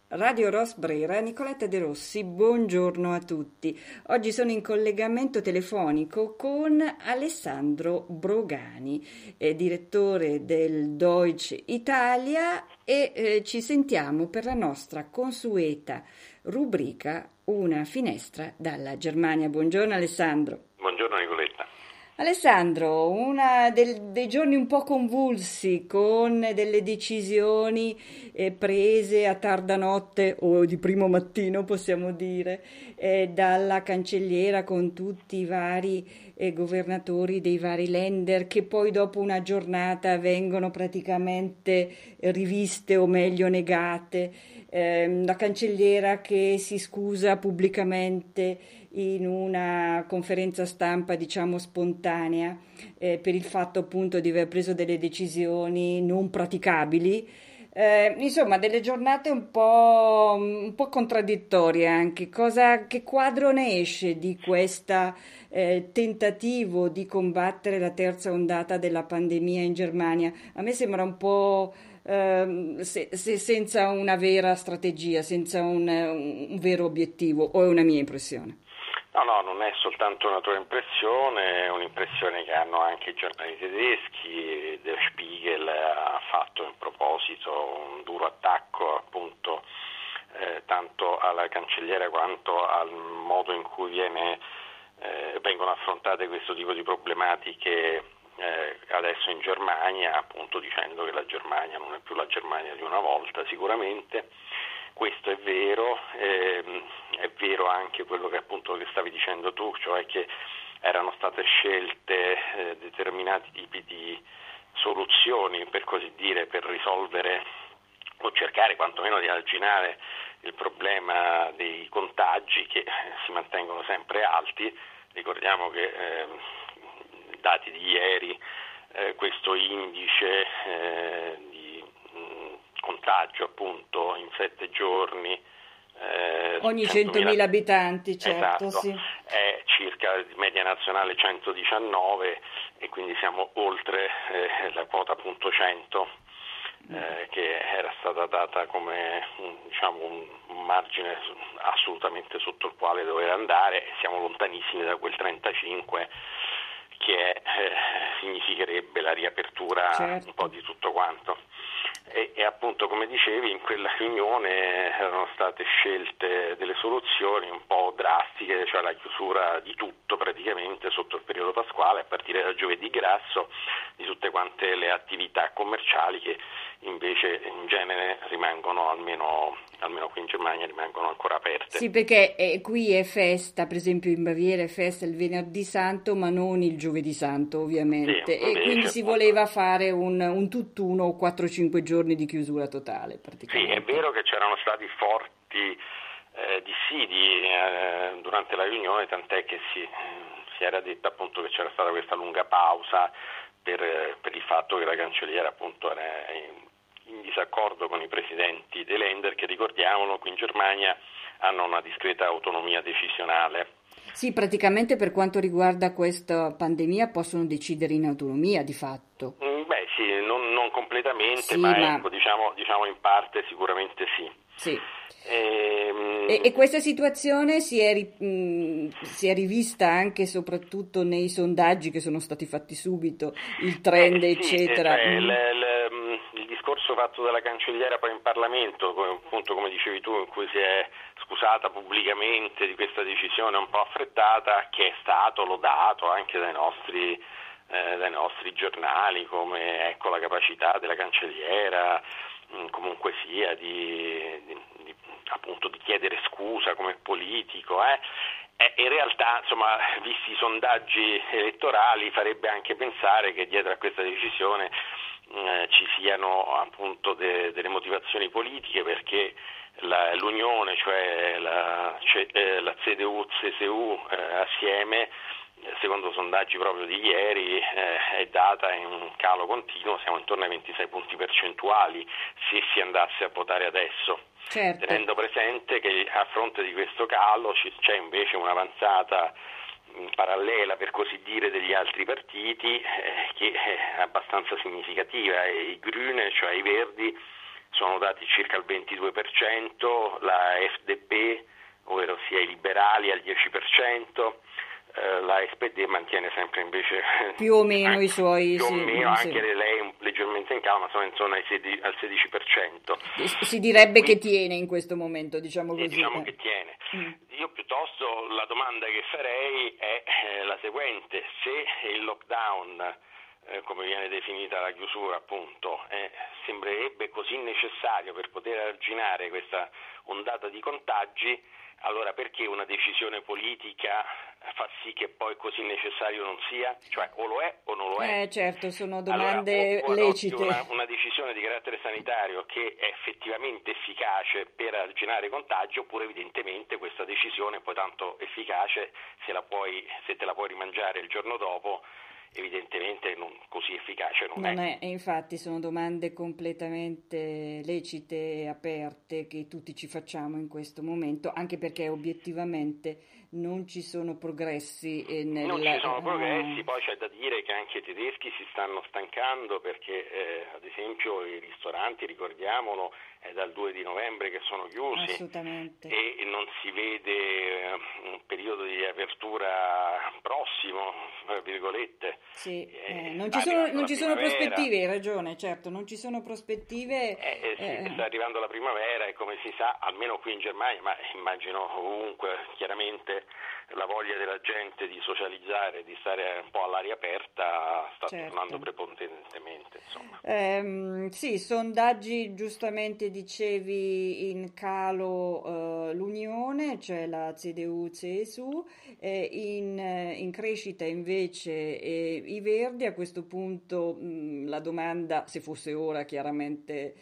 Radio Ros Brera, Nicoletta De Rossi, buongiorno a tutti. Oggi sono in collegamento telefonico con Alessandro Brogani, direttore del Deutsche Italia e ci sentiamo per la nostra consueta rubrica Una finestra dalla Germania. Buongiorno Alessandro. Buongiorno Nicoletta. Alessandro, dei giorni un po' convulsi con delle decisioni prese a tarda notte o di primo mattino, possiamo dire, dalla cancelliera con tutti i vari governatori dei vari Länder che poi dopo una giornata vengono praticamente riviste o meglio negate. La cancelliera che si scusa pubblicamente in una conferenza stampa, diciamo, spontanea, per il fatto appunto di aver preso delle decisioni non praticabili. Insomma, delle giornate un po' contraddittorie anche. Che quadro ne esce di questo tentativo di combattere la terza ondata della pandemia in Germania? A me sembra un po' senza una vera strategia, senza un vero obiettivo, o è una mia impressione? No, non è soltanto una tua impressione, è un'impressione che hanno anche i giornali tedeschi. Der Spiegel ha fatto in proposito un duro attacco appunto tanto alla cancelliera quanto al modo in cui vengono affrontate questo tipo di problematiche adesso in Germania, appunto dicendo che la Germania non è più la Germania di una volta sicuramente. Questo è vero anche quello che appunto che stavi dicendo tu, cioè che erano state scelte determinati tipi di soluzioni, per così dire, per risolvere o cercare quantomeno di arginare il problema dei contagi che si mantengono sempre alti. Ricordiamo che dati di ieri questo indice di contagio appunto in 7 giorni ogni 100.000 abitanti, certo, esatto, sì. è circa media nazionale 119 e quindi siamo oltre la quota appunto 100 che era stata data come un margine assolutamente sotto il quale dover andare, e siamo lontanissimi da quel 35 che significherebbe la riapertura, Certo. un po' di tutto quanto. E appunto, come dicevi, in quella riunione erano state scelte delle soluzioni un po' drastiche, cioè la chiusura di tutto praticamente sotto il periodo pasquale, a partire da giovedì grasso, di tutte quante le attività commerciali che invece in genere rimangono, almeno qui in Germania, rimangono ancora aperte. Sì, perché qui è festa, per esempio in Baviera è festa il venerdì santo, ma non il giovedì santo, ovviamente. Sì, E invece, quindi si appunto, voleva fare un tutt'uno o 4-5 giorni di chiusura totale, sì, praticamente. è vero che c'erano stati forti dissidi durante la riunione, tant'è che si era detto appunto che c'era stata questa lunga pausa per il fatto che la cancelliera appunto era in disaccordo con i presidenti dei Länder, che, ricordiamolo, qui in Germania hanno una discreta autonomia decisionale. Sì, praticamente per quanto riguarda questa pandemia possono decidere in autonomia, di fatto. Beh sì, non completamente, Sì, ma ma ecco, diciamo in parte sicuramente sì. sì. Ehm, E questa situazione si è rivista anche e soprattutto nei sondaggi che sono stati fatti subito, il trend, Sì, eccetera. cioè il discorso fatto dalla cancelliera poi in Parlamento, appunto come dicevi tu, in cui si è scusata pubblicamente di questa decisione un po' affrettata, che è stato lodato anche dai nostri giornali, come ecco la capacità della cancelliera comunque sia appunto di chiedere scusa come politico, in realtà, insomma, visti i sondaggi elettorali, farebbe anche pensare che dietro a questa decisione ci siano appunto delle motivazioni politiche, perché l'Unione, cioè la CDU-CSU assieme, secondo sondaggi proprio di ieri, è data in un calo continuo, siamo intorno ai 26 punti percentuali se si andasse a votare adesso. Certo. Tenendo presente che a fronte di questo calo c'è invece un'avanzata parallela, per così dire, degli altri partiti che è abbastanza significativa. I Grüne, cioè i Verdi, sono dati circa il 22%, la FDP, ovvero sia i liberali, al 10%, la SPD mantiene sempre invece più o meno i suoi, più o meno, sì. anche lei leggermente in calo, ma sono in zona al 16%. Si direbbe che tiene in questo momento, diciamo così. Diciamo che tiene. Io piuttosto la domanda che farei è la seguente: se il lockdown, come viene definita la chiusura appunto, sembrerebbe così necessario per poter arginare questa ondata di contagi, allora perché una decisione politica fa sì che poi così necessario non sia? Cioè o lo è o non lo è. Certo, sono domande allora, lecite. Una decisione di carattere sanitario che è effettivamente efficace per arginare i contagi, oppure evidentemente questa decisione poi tanto efficace se te la puoi rimangiare il giorno dopo, evidentemente non così efficace non è. Infatti sono domande completamente lecite e aperte che tutti ci facciamo in questo momento, anche perché obiettivamente non ci sono progressi Non ci sono progressi, poi c'è da dire che anche i tedeschi si stanno stancando perché ad esempio i ristoranti, ricordiamolo, è dal 2 di novembre che sono chiusi. Assolutamente. E non si vede un periodo di apertura prossimo, tra virgolette. Sì, non ci sono prospettive, hai ragione, certo, non ci sono prospettive. Sì, sta arrivando la primavera e come si sa, almeno qui in Germania, ma immagino ovunque, chiaramente la voglia della gente di socializzare, di stare un po' all'aria aperta sta tornando prepotentemente, insomma. Sì, sondaggi, giustamente dicevi, in calo l'Unione, cioè la CDU-CSU, in crescita invece i Verdi. A questo punto la domanda, se fosse ora chiaramente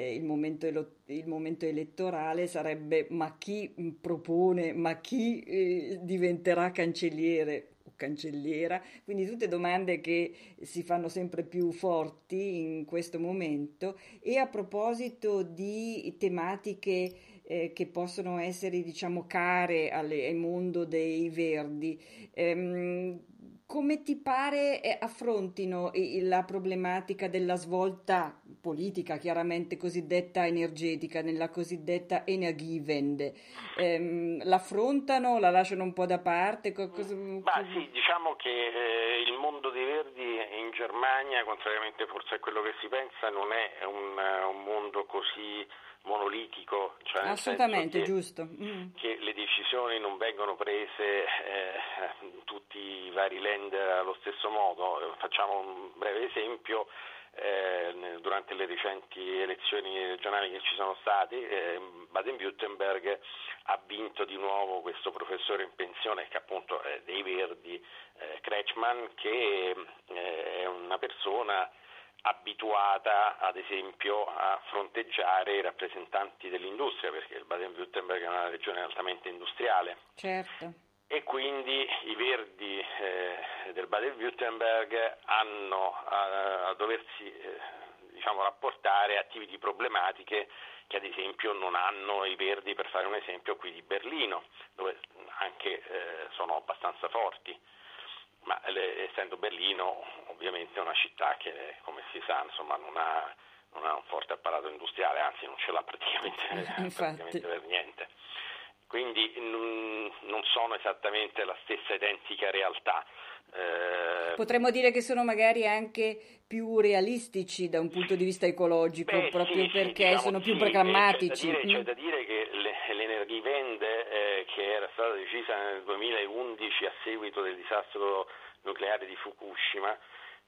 il momento elettorale, sarebbe: ma chi propone, ma chi diventerà cancelliere o cancelliera? Quindi tutte domande che si fanno sempre più forti in questo momento. E a proposito di tematiche che possono essere, diciamo, care al mondo dei Verdi, come ti pare affrontino la problematica della svolta politica, chiaramente cosiddetta energetica, nella cosiddetta Energiewende? L'affrontano, la lasciano un po' da parte? Sì, diciamo che il mondo dei Verdi in Germania, contrariamente forse a quello che si pensa, non è un mondo così monolitico, cioè nel Assolutamente, senso giusto. che le decisioni non vengono prese in tutti i vari länder allo stesso modo. Facciamo un breve esempio. Durante le recenti elezioni regionali che ci sono state, Baden-Württemberg ha vinto di nuovo questo professore in pensione che appunto è dei Verdi, Kretschmann, che è una persona abituata ad esempio a fronteggiare i rappresentanti dell'industria, perché il Baden-Württemberg è una regione altamente industriale. Certo. E quindi i Verdi del Baden-Württemberg hanno a doversi diciamo, rapportare a tipi di problematiche che ad esempio non hanno i Verdi, per fare un esempio, qui di Berlino, dove anche sono abbastanza forti. Ma essendo Berlino ovviamente una città che, come si sa, insomma, non ha un forte apparato industriale, anzi non ce l'ha praticamente per niente. Quindi non sono esattamente la stessa identica realtà. Potremmo dire che sono magari anche più realistici da un punto di vista ecologico, proprio perché diciamo, sono più pragmatici. C'è da dire che l'Energewende, che era stata decisa nel 2011 a seguito del disastro nucleare di Fukushima,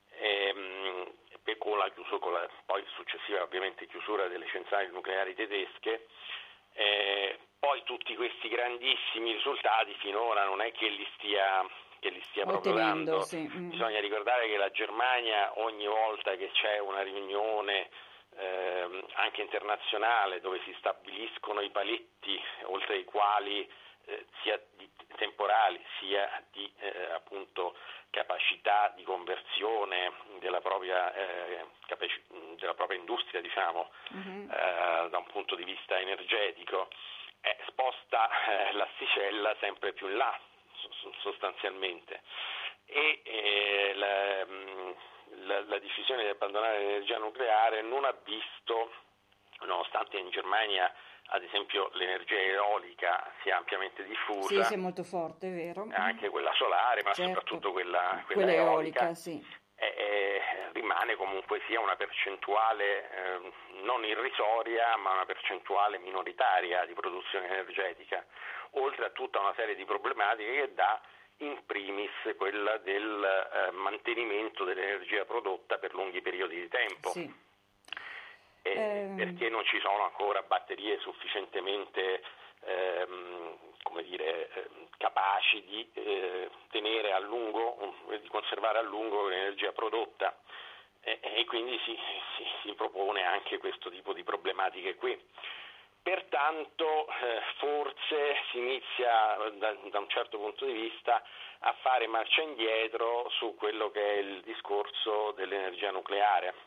con la poi successiva ovviamente chiusura delle centrali nucleari tedesche, poi tutti questi grandissimi risultati finora non è che li stia proprio dando. Sì. Bisogna ricordare che la Germania, ogni volta che c'è una riunione anche internazionale dove si stabiliscono i paletti oltre i quali sia di temporali sia di appunto capacità di conversione della propria industria, diciamo, da un punto di vista energetico, sposta l'asticella sempre più in là sostanzialmente, e la decisione di abbandonare l'energia nucleare non ha visto nonostante in Germania ad esempio l'energia eolica sia ampiamente diffusa, sì, è molto forte, è vero. anche quella solare, ma Certo. soprattutto quella Quella eolica, eolica, sì. rimane comunque sia una percentuale non irrisoria, ma una percentuale minoritaria di produzione energetica, oltre a tutta una serie di problematiche che dà, in primis quella del mantenimento dell'energia prodotta per lunghi periodi di tempo. Sì. Perché non ci sono ancora batterie sufficientemente capaci di tenere a lungo, di conservare a lungo l'energia prodotta, e quindi si propone anche questo tipo di problematiche qui. Pertanto forse si inizia da un certo punto di vista a fare marcia indietro su quello che è il discorso dell'energia nucleare.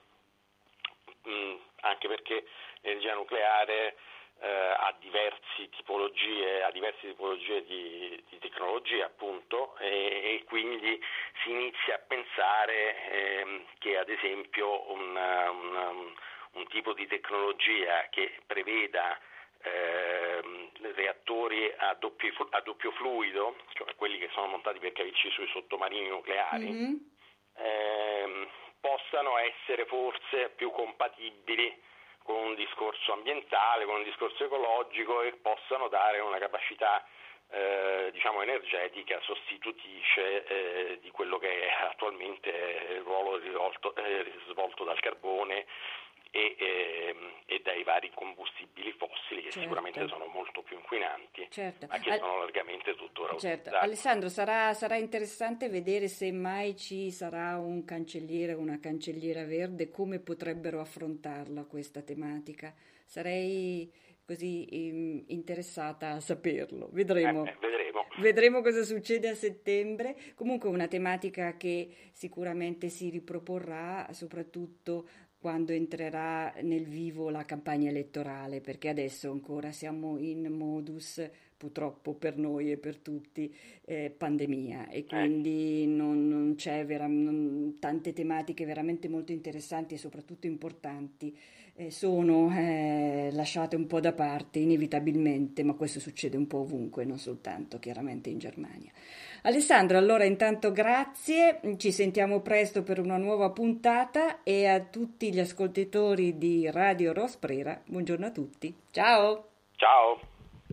Anche perché l'energia nucleare ha diverse tipologie di tecnologie, appunto, e quindi si inizia a pensare che ad esempio un tipo di tecnologia che preveda reattori a doppio fluido, cioè quelli che sono montati per capirci sui sottomarini nucleari, possano essere forse più compatibili con un discorso ambientale, con un discorso ecologico, e possano dare una capacità energetica sostitutrice di quello che è attualmente il ruolo svolto dal carbone e dai vari combustibili fossili, che Certo. Sicuramente sono molto più inquinanti, Certo. ma che sono largamente tuttora Certo. utilizzati. Alessandro, sarà interessante vedere se mai ci sarà un cancelliere o una cancelliera verde, come potrebbero affrontarla questa tematica. Sarei così interessata a saperlo. Vedremo. Vedremo. Vedremo cosa succede a settembre. Comunque una tematica che sicuramente si riproporrà, soprattutto quando entrerà nel vivo la campagna elettorale, perché adesso ancora siamo in modus, purtroppo per noi e per tutti, pandemia, e quindi non c'è tante tematiche veramente molto interessanti e soprattutto importanti sono lasciate un po' da parte inevitabilmente, ma questo succede un po' ovunque, non soltanto chiaramente in Germania. Alessandro, allora intanto grazie, ci sentiamo presto per una nuova puntata, e a tutti gli ascoltatori di Radio Rosprera, buongiorno a tutti. Ciao! Ciao!